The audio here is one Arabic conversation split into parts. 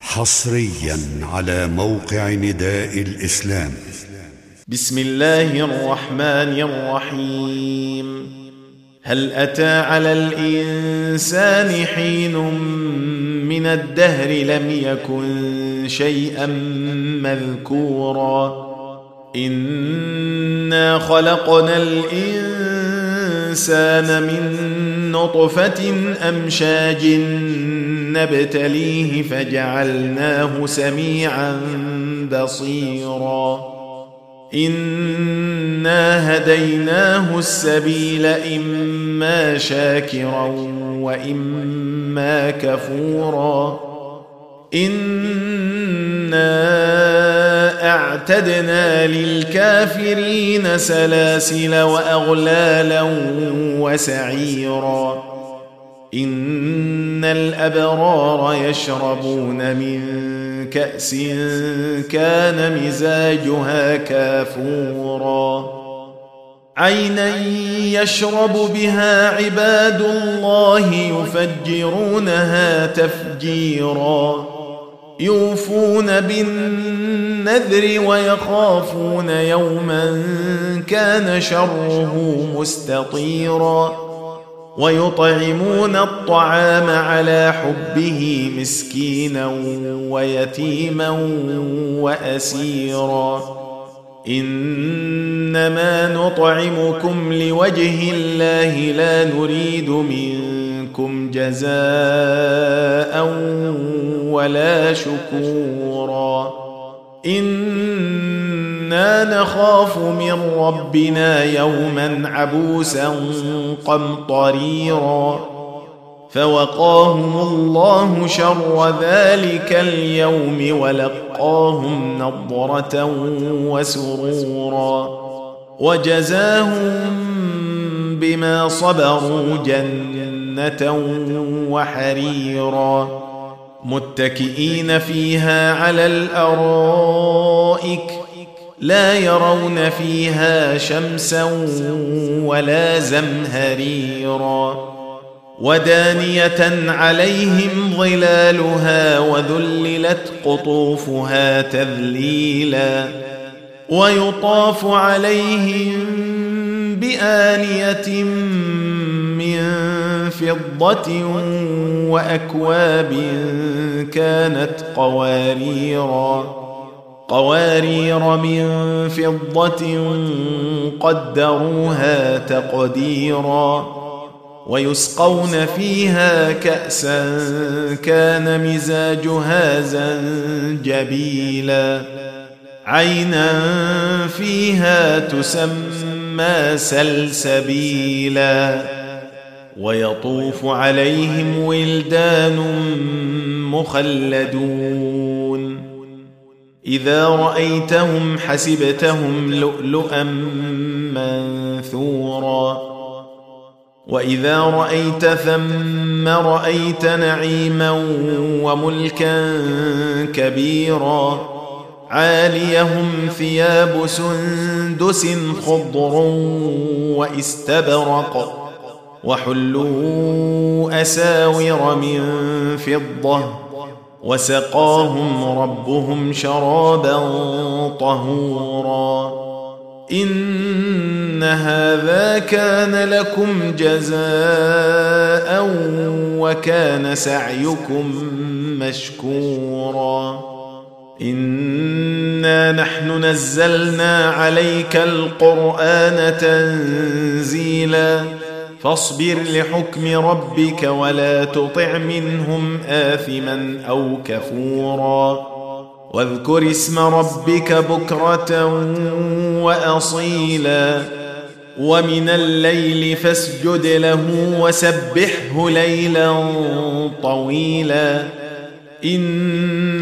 حصريا على موقع نداء الإسلام. بسم الله الرحمن الرحيم. هل أتى على الإنسان حين من الدهر لم يكن شيئا مذكورا إنا خلقنا الإنسان من نطفة أمشاج نبتليه فجعلناه سميعا بصيرا إنا هديناه السبيل إما شاكرا وإما كفورا إنا أعتدنا للكافرين سلاسل وأغلالا وسعيرا إن الأبرار يشربون من كأس كان مزاجها كافورا عينا يشرب بها عباد الله يفجرونها تفجيرا يوفون بالنذر ويخافون يوما كان شره مستطيرا ويطعمون الطعام على حبه مسكينا ويتيما وأسيرا إنما نطعمكم لوجه الله لا نريد منكم جزاء ولا شكورا إنا نخاف من ربنا يوما عبوسا قمطريرا فوقاهم الله شر ذلك اليوم ولقاهم نضرة وسرورا وجزاهم بما صبروا جنة وحريرا متكئين فيها على الأرائك لا يرون فيها شمسا ولا زمهريرا ودانية عليهم ظلالها وذللت قطوفها تذليلا ويطاف عليهم بآنية من فضة وأكواب كانت قوارير من فضة قدروها تقديرا ويسقون فيها كأسا كان مزاجها زنجبيلا عينا فيها تسمى سلسبيلا ويطوف عليهم ولدان مخلدون إذا رأيتهم حسبتهم لؤلؤا منثورا وإذا رأيت ثم رأيت نعيما وملكا كبيرا عاليهم ثياب سندس خضر واستبرق وحلوا أساور من فضة وسقاهم ربهم شرابا طهورا إن هذا كان لكم جزاء وكان سعيكم مشكورا إنا نحن نزلنا عليك القرآن تنزيلا فاصبر لحكم ربك ولا تطع منهم آثما أو كفورا واذكر اسم ربك بكرة وأصيلا ومن الليل فاسجد له وسبحه ليلا طويلا إن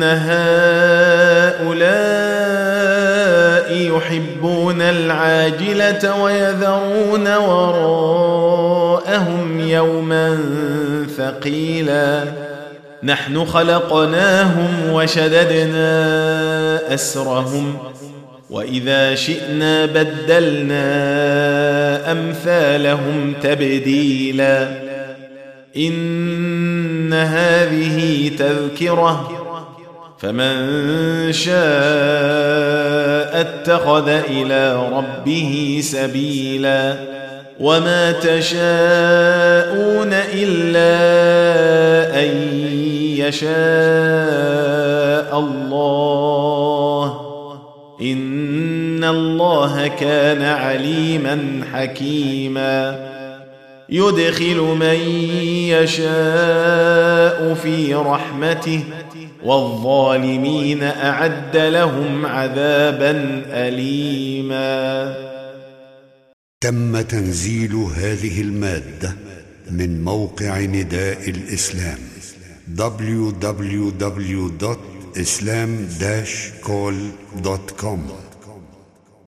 هؤلاء يحبون العاجلة ويذرون وراءهم يوما ثقيلا نحن خلقناهم وشددنا أسرهم وإذا شئنا بدلنا أمثالهم تبديلا إن هذه تذكرة فمن شاء اتخذ إلى ربه سبيلا وما تشاءون إلا أن يشاء الله إن الله كان عليما حكيما يدخل من يشاء في رحمته والظالمين أعد لهم عذابا أليما. تم تنزيل هذه المادة من موقع نداء الإسلام www.islam-call.com